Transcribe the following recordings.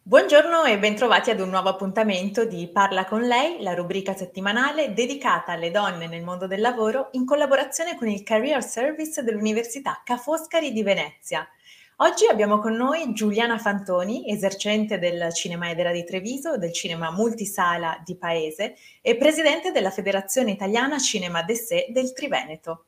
Buongiorno e bentrovati ad un nuovo appuntamento di Parla con lei, la rubrica settimanale dedicata alle donne nel mondo del lavoro in collaborazione con il Career Service dell'Università Ca' Foscari di Venezia. Oggi abbiamo con noi Giuliana Fantoni, esercente del Cinema Edera di Treviso, del Cinema Multisala di Paese e presidente della Federazione Italiana Cinema d'Essè del Triveneto.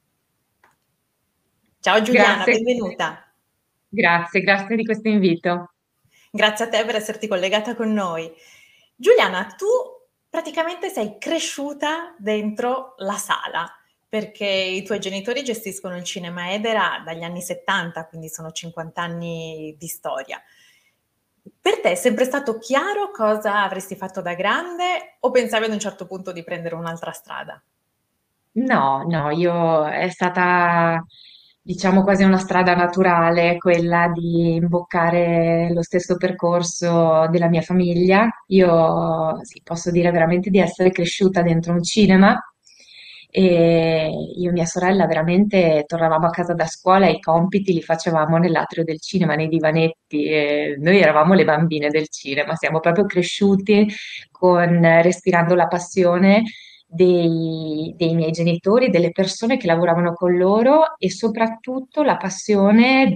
Ciao Giuliana, Grazie, benvenuta. grazie di questo invito. Grazie a te per esserti collegata con noi. Giuliana, tu praticamente sei cresciuta dentro la sala, perché i tuoi genitori gestiscono il Cinema Edera dagli anni 70, quindi sono 50 anni di storia. Per te è sempre stato chiaro cosa avresti fatto da grande o pensavi ad un certo punto di prendere un'altra strada? No, no, io è stata, diciamo, quasi una strada naturale quella di imboccare lo stesso percorso della mia famiglia. Io sì, posso dire veramente di essere cresciuta dentro un cinema e io e mia sorella veramente tornavamo a casa da scuola e i compiti li facevamo nell'atrio del cinema, nei divanetti. E noi eravamo le bambine del cinema, siamo proprio cresciuti respirando la passione dei miei genitori, delle persone che lavoravano con loro e soprattutto la passione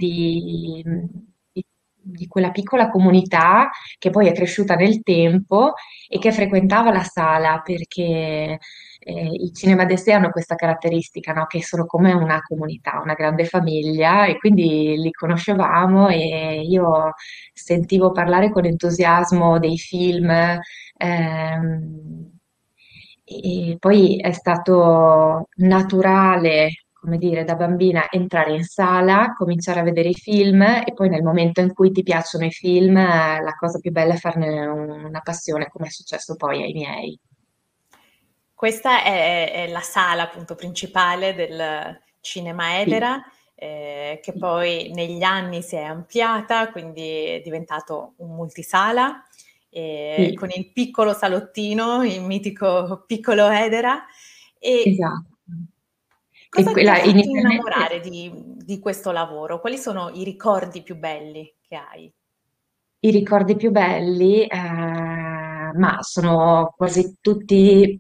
di quella piccola comunità che poi è cresciuta nel tempo e che frequentava la sala perché i cinema d'essè hanno questa caratteristica, no? Che sono come una comunità, una grande famiglia e quindi li conoscevamo e io sentivo parlare con entusiasmo dei film. E poi è stato naturale, come dire, da bambina entrare in sala, cominciare a vedere i film e poi nel momento in cui ti piacciono i film, la cosa più bella è farne una passione, come è successo poi ai miei. Questa è la sala appunto principale del Cinema Sì, Edera, che sì, poi negli anni si è ampliata, quindi è diventato un multisala, sì, con il piccolo salottino, il mitico piccolo Edera. E esatto. E cosa ti ha quella fatto inizialmente innamorare di questo lavoro? Quali sono i ricordi più belli che hai? i ricordi più belli, ma sono quasi tutti,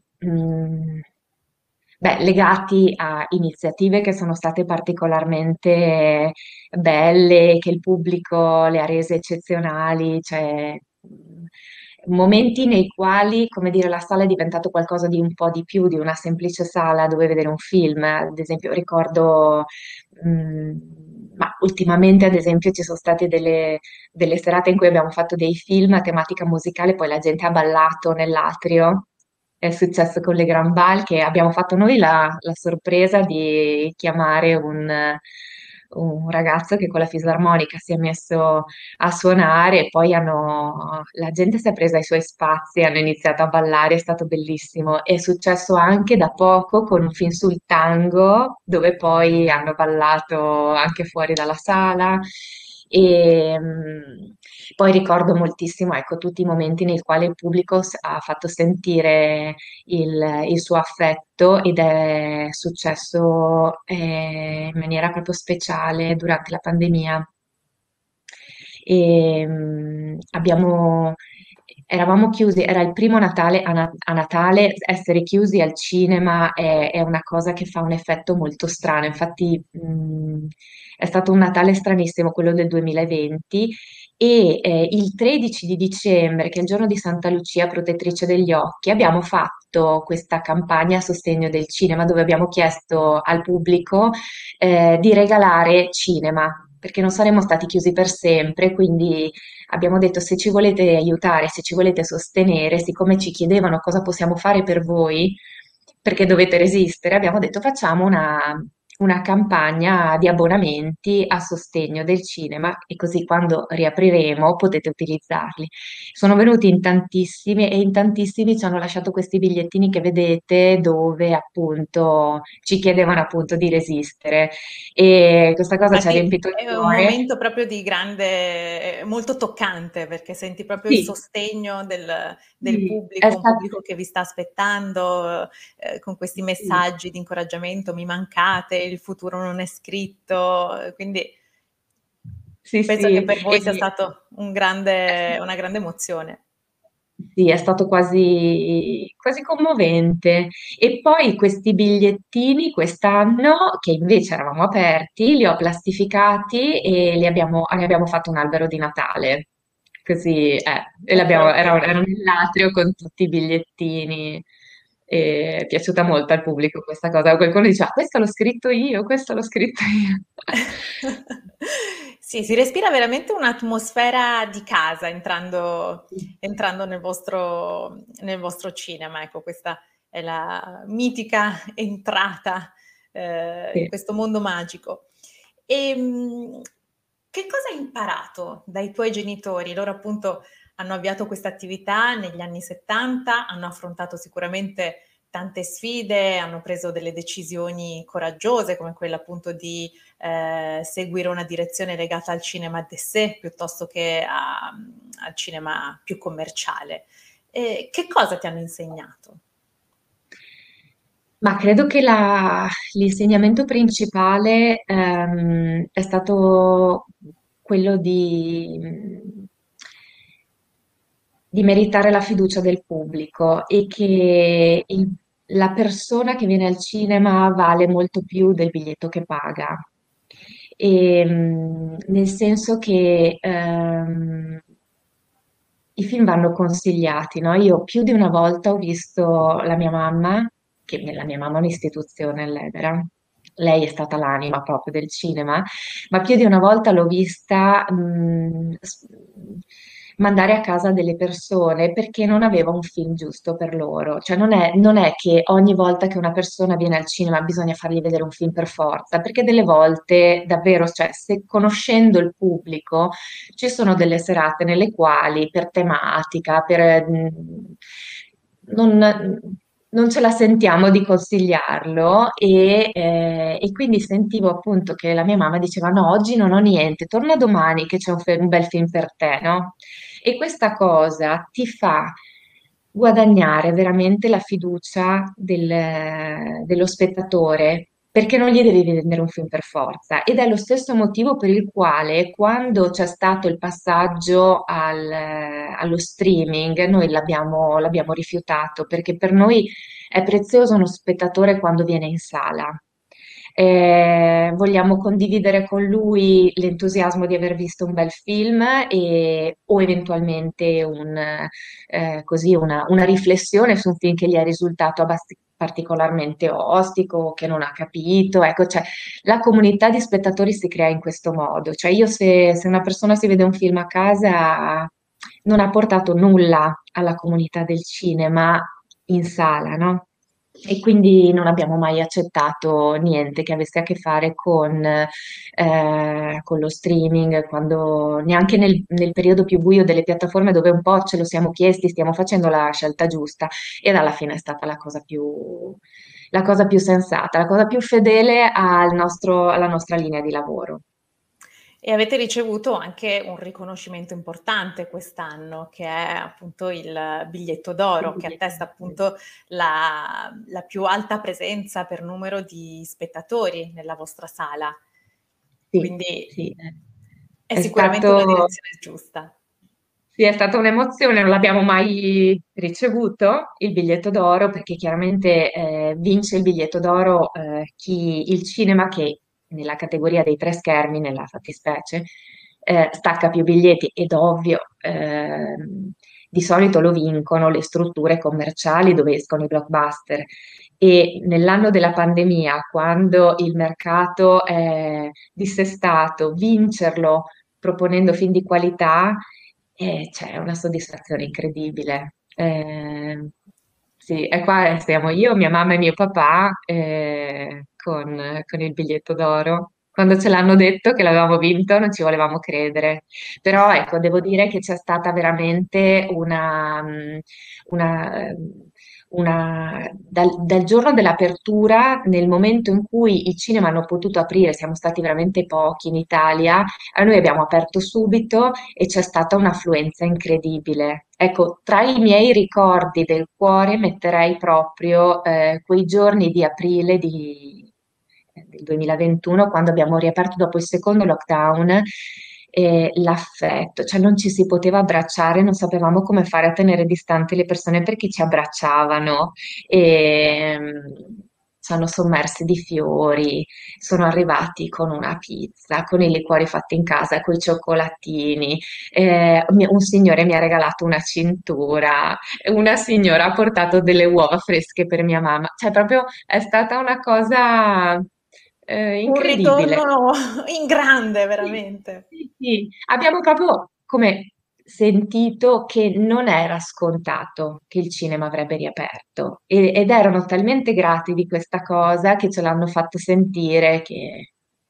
beh, legati a iniziative che sono state particolarmente belle, che il pubblico le ha rese eccezionali, cioè momenti nei quali, come dire, la sala è diventato qualcosa di un po' di più di una semplice sala dove vedere un film. Ad esempio, ricordo, ma ultimamente, ad esempio, ci sono state delle serate in cui abbiamo fatto dei film a tematica musicale, poi la gente ha ballato nell'atrio. È successo con le Gran Bal che abbiamo fatto noi la sorpresa di chiamare un ragazzo che con la fisarmonica si è messo a suonare e poi la gente si è presa i suoi spazi, hanno iniziato a ballare, è stato bellissimo. È successo anche da poco con un film sul tango, dove poi hanno ballato anche fuori dalla sala. E poi ricordo moltissimo, ecco, tutti i momenti nei quali il pubblico ha fatto sentire il suo affetto ed è successo in maniera proprio speciale durante la pandemia. E, eravamo chiusi, era il primo Natale a Natale, essere chiusi al cinema è una cosa che fa un effetto molto strano. Infatti, è stato un Natale stranissimo quello del 2020 e il 13 di dicembre, che è il giorno di Santa Lucia, protettrice degli occhi, abbiamo fatto questa campagna a sostegno del cinema dove abbiamo chiesto al pubblico di regalare cinema, perché non saremmo stati chiusi per sempre, quindi abbiamo detto se ci volete aiutare, se ci volete sostenere, siccome ci chiedevano cosa possiamo fare per voi, perché dovete resistere, abbiamo detto facciamo una campagna di abbonamenti a sostegno del cinema e così quando riapriremo potete utilizzarli. Sono venuti in tantissimi e in tantissimi ci hanno lasciato questi bigliettini che vedete dove appunto ci chiedevano appunto di resistere e questa cosa ci ha Infatti riempito il è un cuore. momento proprio di grande molto toccante, perché senti proprio il Sì, sostegno del sì, è pubblico, un stato, pubblico che vi sta aspettando, con questi sì. messaggi di incoraggiamento: "Mi mancate, il futuro non è scritto", quindi Sì, Penso che sì, per voi sia stato una grande emozione. sì, è stato quasi commovente. E poi questi bigliettini quest'anno, che invece eravamo aperti, li ho plastificati e ne abbiamo fatto un albero di Natale. Così, e Proprio. era nell'atrio con tutti i bigliettini. E è piaciuta molto al pubblico questa cosa. Qualcuno diceva, questo l'ho scritto io, questo l'ho scritto io. Sì, si respira veramente un'atmosfera di casa entrando nel vostro cinema. Ecco, questa è la mitica entrata in Sì. questo mondo magico. Che cosa hai imparato dai tuoi genitori? Loro appunto hanno avviato questa attività negli anni 70, hanno affrontato sicuramente tante sfide, hanno preso delle decisioni coraggiose come quella appunto di seguire una direzione legata al cinema d'essai piuttosto che al cinema più commerciale. Che cosa ti hanno insegnato? Ma credo che l'insegnamento principale è stato quello di meritare la fiducia del pubblico e che la persona che viene al cinema vale molto più del biglietto che paga. Nel senso che i film vanno consigliati, no? Io più di una volta ho visto la mia mamma, che la mia mamma è un'istituzione all'Edera, lei è stata l'anima proprio del cinema, ma più di una volta l'ho vista mandare a casa delle persone perché non aveva un film giusto per loro. Cioè non è che ogni volta che una persona viene al cinema bisogna fargli vedere un film per forza, perché delle volte davvero, cioè, se conoscendo il pubblico ci sono delle serate nelle quali per tematica, non, non ce la sentiamo di consigliarlo e quindi sentivo appunto che la mia mamma diceva no, oggi non ho niente, torna domani che c'è un bel film per te, no? E questa cosa ti fa guadagnare veramente la fiducia dello spettatore, perché non gli devi vendere un film per forza. Ed è lo stesso motivo per il quale quando c'è stato il passaggio allo streaming, noi l'abbiamo rifiutato, perché per noi è prezioso uno spettatore quando viene in sala. Vogliamo condividere con lui l'entusiasmo di aver visto un bel film o eventualmente una riflessione su un film che gli è risultato particolarmente ostico, che non ha capito. Ecco, cioè, la comunità di spettatori si crea in questo modo. Cioè, io se una persona si vede un film a casa, non ha portato nulla alla comunità del cinema in sala, no? E quindi non abbiamo mai accettato niente che avesse a che fare con lo streaming, neanche nel periodo più buio delle piattaforme dove un po' ce lo siamo chiesti, stiamo facendo la scelta giusta ed alla fine è stata la cosa più sensata, la cosa più fedele alla nostra linea di lavoro. E avete ricevuto anche un riconoscimento importante quest'anno, che è appunto il biglietto d'oro, che attesta appunto la più alta presenza per numero di spettatori nella vostra sala. Sì, Quindi sì, è è sicuramente una stato. direzione giusta. Sì, è stata un'emozione, non l'abbiamo mai ricevuto il biglietto d'oro perché chiaramente vince il biglietto d'oro il cinema che nella categoria dei tre schermi, nella fattispecie, stacca più biglietti ed ovvio, di solito lo vincono le strutture commerciali dove escono i blockbuster. E nell'anno della pandemia, quando il mercato è dissestato, vincerlo proponendo film di qualità e c'è una soddisfazione incredibile. Sì, e qua siamo io, mia mamma e mio papà con il biglietto d'oro. Quando ce l'hanno detto che l'avevamo vinto, non ci volevamo credere. Però ecco, devo dire che c'è stata veramente una, dal giorno dell'apertura, nel momento in cui i cinema hanno potuto aprire, siamo stati veramente pochi in Italia, noi abbiamo aperto subito e c'è stata un'affluenza incredibile. Ecco, tra i miei ricordi del cuore metterei proprio quei giorni di aprile del 2021, quando abbiamo riaperto dopo il secondo lockdown l'affetto, cioè non ci si poteva abbracciare, non sapevamo come fare a tenere distanti le persone perché ci abbracciavano e ci hanno sommersi di fiori, sono arrivati con una pizza, con i liquori fatti in casa, con i cioccolatini, un signore mi ha regalato una cintura, una signora ha portato delle uova fresche per mia mamma, cioè proprio è stata una cosa Un incredibile. ritorno in grande, Sì, veramente. sì, sì. Abbiamo proprio come sentito che non era scontato che il cinema avrebbe riaperto ed erano talmente grati di questa cosa che ce l'hanno fatto sentire che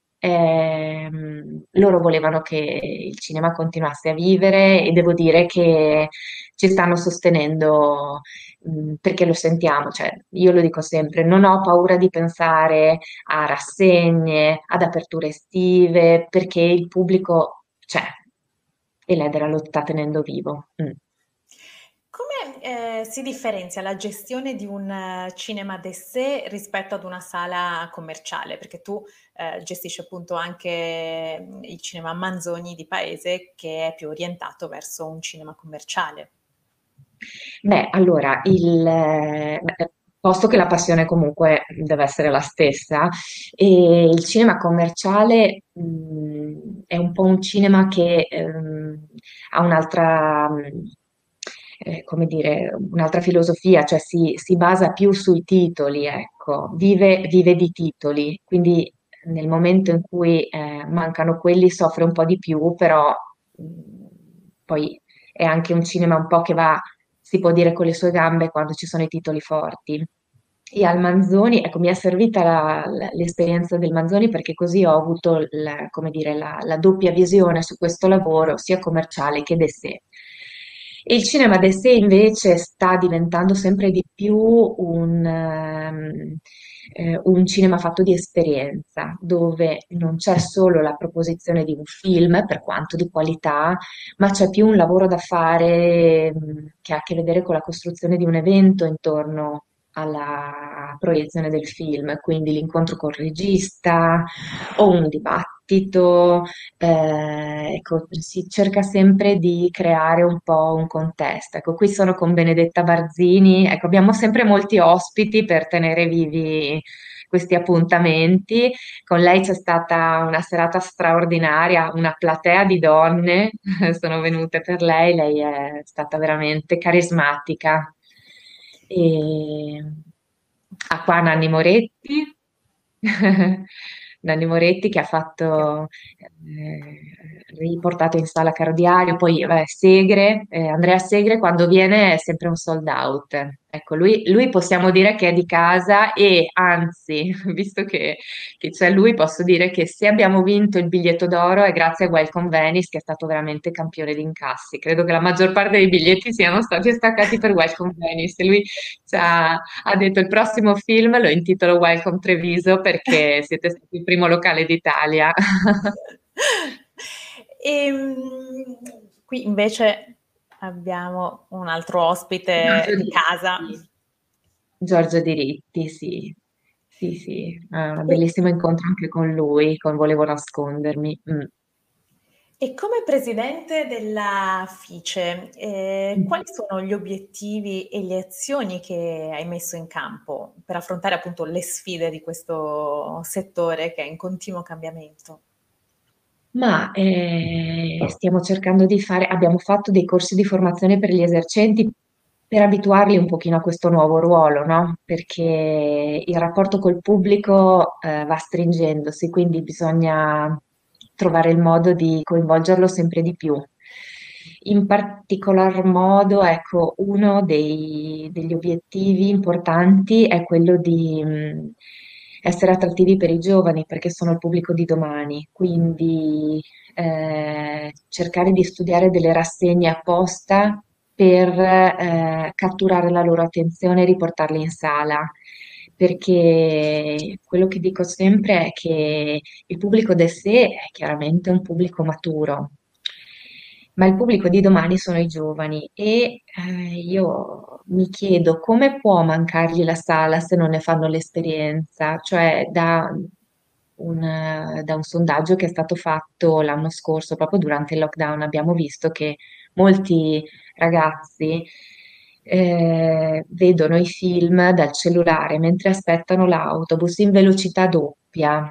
loro volevano che il cinema continuasse a vivere e devo dire che ci stanno sostenendo, perché lo sentiamo, cioè io lo dico sempre, non ho paura di pensare a rassegne, ad aperture estive, perché il pubblico c'è e l'Edera lo sta tenendo vivo. Mm. Come, si differenzia la gestione di un cinema d'essai rispetto ad una sala commerciale? Perché tu, gestisci appunto anche, il cinema Manzoni di paese che è più orientato verso un cinema commerciale. Beh, allora, posto che la passione comunque deve essere la stessa, e il cinema commerciale, è un po' un cinema che ha un'altra, come dire, un'altra filosofia, cioè si basa più sui titoli, ecco, vive di titoli, quindi nel momento in cui mancano quelli soffre un po' di più, però poi è anche un cinema un po' che va, si può dire, con le sue gambe quando ci sono i titoli forti. E al Manzoni, ecco, mi è servita l'esperienza del Manzoni perché così ho avuto, come dire, la doppia visione su questo lavoro, sia commerciale che d'essai. E il cinema d'essai invece sta diventando sempre di più un cinema fatto di esperienza, dove non c'è solo la proposizione di un film, per quanto di qualità, ma c'è più un lavoro da fare, che ha a che vedere con la costruzione di un evento intorno alla proiezione del film, quindi l'incontro col regista o un dibattito, ecco, si cerca sempre di creare un po' un contesto. Ecco, qui sono con Benedetta Barzini, ecco, abbiamo sempre molti ospiti per tenere vivi questi appuntamenti. Con lei c'è stata una serata straordinaria, una platea di donne sono venute per lei, lei è stata veramente carismatica. E ha qua Nanni Moretti, Nanni Moretti che ha Che fatto, riportato in sala Cardiario, poi Segre, Andrea Segre quando viene è sempre un sold out. Ecco, lui possiamo dire che è di casa e anzi, visto che c'è lui, posso dire che se abbiamo vinto il biglietto d'oro è grazie a Welcome Venice che è stato veramente campione di incassi. Credo che la maggior parte dei biglietti siano stati staccati per Welcome Venice. E lui ha detto il prossimo film lo intitolo Welcome Treviso perché siete stati il primo locale d'Italia. Qui invece abbiamo un altro ospite Giorgio di casa. Diritti. Giorgio Diritti, sì. Sì, sì, un E bellissimo incontro anche con lui, con Volevo nascondermi. Mm. E come presidente della FICE, quali Mhm. sono gli obiettivi e le azioni che hai messo in campo per affrontare appunto le sfide di questo settore che è in continuo cambiamento? Ma stiamo cercando di fare, abbiamo fatto dei corsi di formazione per gli esercenti per abituarli un pochino a questo nuovo ruolo, no? Perché il rapporto col pubblico va stringendosi, quindi bisogna trovare il modo di coinvolgerlo sempre di più. In particolar modo, ecco, uno degli obiettivi importanti è quello di essere attrattivi per i giovani, perché sono il pubblico di domani, quindi cercare di studiare delle rassegne apposta per catturare la loro attenzione e riportarli in sala. Perché quello che dico sempre è che il pubblico da sé è chiaramente un pubblico maturo, ma il pubblico di domani sono i giovani e io mi chiedo come può mancargli la sala se non ne fanno l'esperienza, cioè da un sondaggio che è stato fatto l'anno scorso, proprio durante il lockdown. Abbiamo visto che molti ragazzi vedono i film dal cellulare mentre aspettano l'autobus in velocità doppia.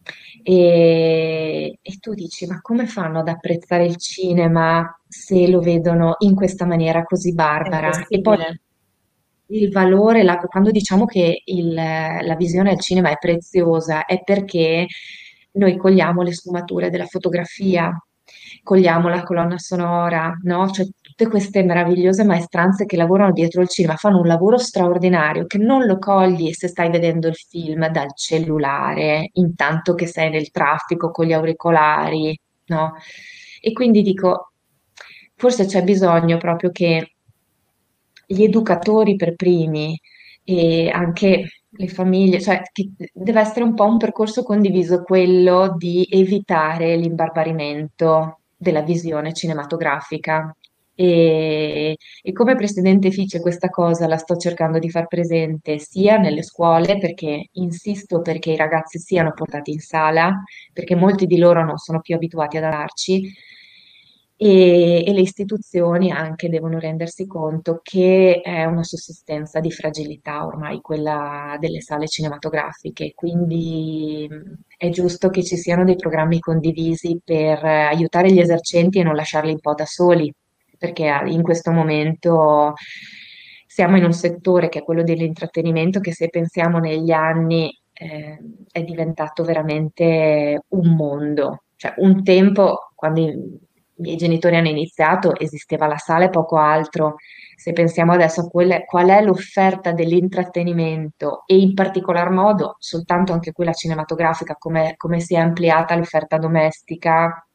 E tu dici, ma come fanno ad apprezzare il cinema se lo vedono in questa maniera così È barbara? E poi impossibile. il valore, quando diciamo che la visione al cinema è preziosa, è perché noi cogliamo le sfumature della fotografia, cogliamo la colonna sonora, no? Cioè tutte queste meravigliose maestranze che lavorano dietro il cinema, fanno un lavoro straordinario che non lo cogli se stai vedendo il film dal cellulare, intanto che sei nel traffico con gli auricolari, no? E quindi dico, forse c'è bisogno proprio che gli educatori per primi e anche le famiglie, cioè che deve essere un po' un percorso condiviso quello di evitare l'imbarbarimento della visione cinematografica. E come Presidente Fice questa cosa la sto cercando di far presente sia nelle scuole, perché insisto perché i ragazzi siano portati in sala, perché molti di loro non sono più abituati ad andarci, e le istituzioni anche devono rendersi conto che è una sussistenza di fragilità ormai quella delle sale cinematografiche, quindi è giusto che ci siano dei programmi condivisi per aiutare gli esercenti e non lasciarli un po' da soli, perché in questo momento siamo in un settore che è quello dell'intrattenimento che se pensiamo negli anni è diventato veramente un mondo. Cioè, un tempo, quando i miei genitori hanno iniziato, esisteva la sala e poco altro. Se pensiamo adesso a qual è l'offerta dell'intrattenimento e in particolar modo soltanto anche quella cinematografica, come si è ampliata l'offerta domestica,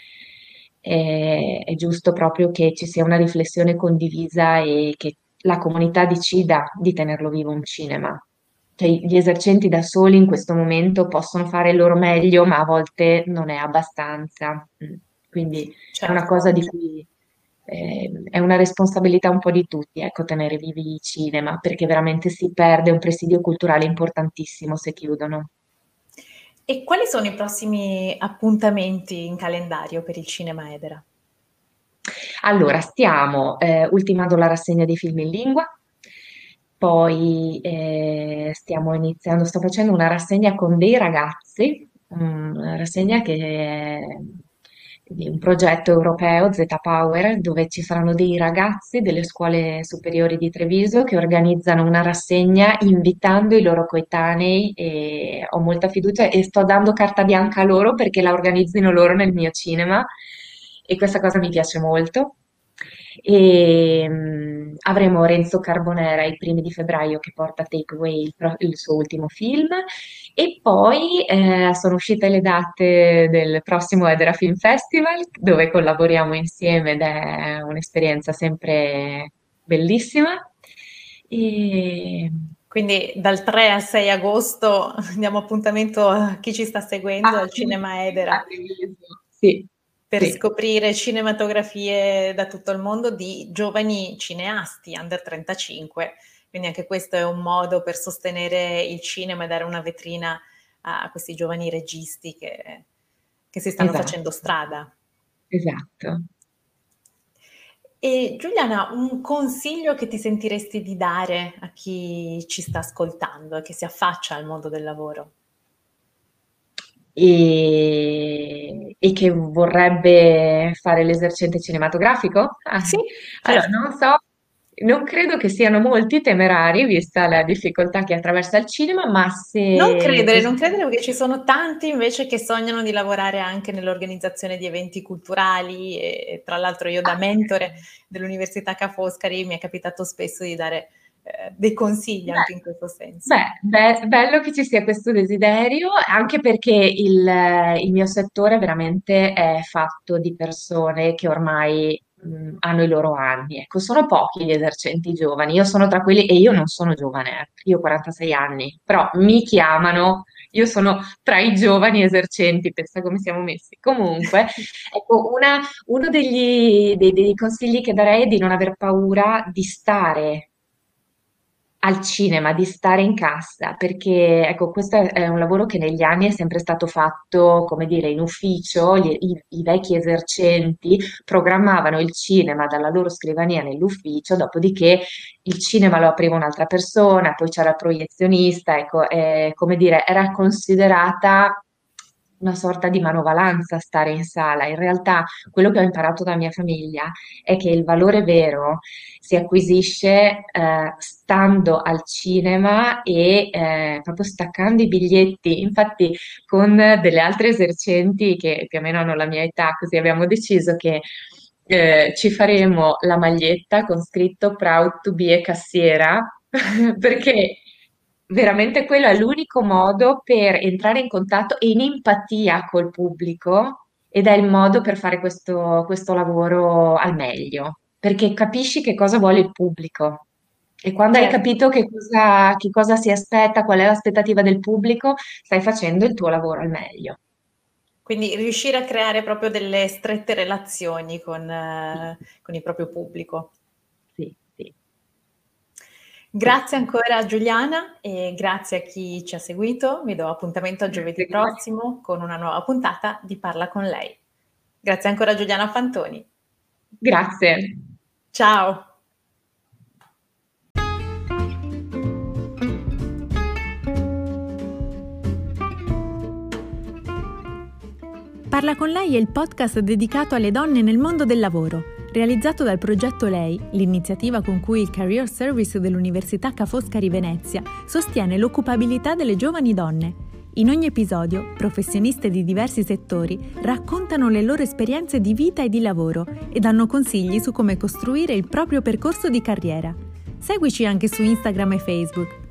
è giusto proprio che ci sia una riflessione condivisa e che la comunità decida di tenerlo vivo un cinema. Cioè, gli esercenti da soli in questo momento possono fare il loro meglio, ma a volte non è abbastanza. Quindi è una Certo. cosa di cui è una responsabilità un po' di tutti, ecco, tenere vivi i cinema, perché veramente si perde un presidio culturale importantissimo se chiudono. E quali sono i prossimi appuntamenti in calendario per il Cinema Edera? Allora, stiamo ultimando la rassegna dei film in lingua, poi sto facendo una rassegna con dei ragazzi, una rassegna che è di un progetto europeo, Z-Power, dove ci saranno dei ragazzi delle scuole superiori di Treviso che organizzano una rassegna invitando i loro coetanei e ho molta fiducia e sto dando carta bianca a loro perché la organizzino loro nel mio cinema e questa cosa mi piace molto. E avremo Renzo Carbonera i primi di febbraio che porta Take Away il suo ultimo film e poi sono uscite le date del prossimo Edera Film Festival dove collaboriamo insieme ed è un'esperienza sempre bellissima. E... Quindi dal 3 al 6 agosto diamo appuntamento a chi ci sta seguendo a al Cinema tutti a Edera Treviso. Sì, per sì. scoprire cinematografie da tutto il mondo di giovani cineasti under 35. Quindi anche questo è un modo per sostenere il cinema e dare una vetrina a questi giovani registi che si stanno facendo Esatto, strada. esatto. E Giuliana, un consiglio che ti sentiresti di dare a chi ci sta ascoltando e che si affaccia al mondo del lavoro? E che vorrebbe fare l'esercente cinematografico? Ah, Sì, allora, certo. non so, non credo che siano molti temerari, vista la difficoltà che attraversa il cinema, ma Non se credere, non così. credere perché ci sono tanti invece che sognano di lavorare anche nell'organizzazione di eventi culturali e tra l'altro io da Ah, mentore dell'Università Ca' Foscari mi è capitato spesso di dare dei consigli anche in questo senso. bello che ci sia questo desiderio, anche perché il mio settore veramente è fatto di persone che ormai hanno i loro anni. Ecco, sono pochi gli esercenti giovani. Io sono tra quelli, e io non sono giovane, io ho 46 anni, però mi chiamano, io sono tra i giovani esercenti, pensa come siamo messi. Comunque, ecco, uno dei consigli che darei è di non aver paura di stare al cinema, di stare in cassa, perché ecco, questo è un lavoro che negli anni è sempre stato fatto, come dire, in ufficio, i vecchi esercenti programmavano il cinema dalla loro scrivania nell'ufficio, dopodiché il cinema lo apriva un'altra persona, poi c'era il proiezionista, ecco, come dire, era considerata una sorta di manovalanza stare in sala. In realtà quello che ho imparato da mia famiglia è che il valore vero si acquisisce stando al cinema e proprio staccando i biglietti. Infatti, con delle altre esercenti che più o meno hanno la mia età, così abbiamo deciso che ci faremo la maglietta con scritto Proud to be a cassiera, perché veramente quello è l'unico modo per entrare in contatto e in empatia col pubblico ed è il modo per fare questo lavoro al meglio, perché capisci che cosa vuole il pubblico. E quando hai Certo. capito che cosa si aspetta, qual è l'aspettativa del pubblico, stai facendo il tuo lavoro al meglio. Quindi riuscire a creare proprio delle strette relazioni Sì, con il proprio pubblico. sì, sì, sì. Grazie ancora Giuliana e grazie a chi ci ha seguito. Vi do appuntamento a giovedì Grazie a te. prossimo con una nuova puntata di Parla con lei. Grazie ancora a Giuliana Fantoni. Grazie. Ciao! Parla con lei è il podcast dedicato alle donne nel mondo del lavoro, realizzato dal progetto Lei, l'iniziativa con cui il Career Service dell'Università Ca' Foscari Venezia sostiene l'occupabilità delle giovani donne. In ogni episodio, professioniste di diversi settori raccontano le loro esperienze di vita e di lavoro e danno consigli su come costruire il proprio percorso di carriera. Seguici anche su Instagram e Facebook.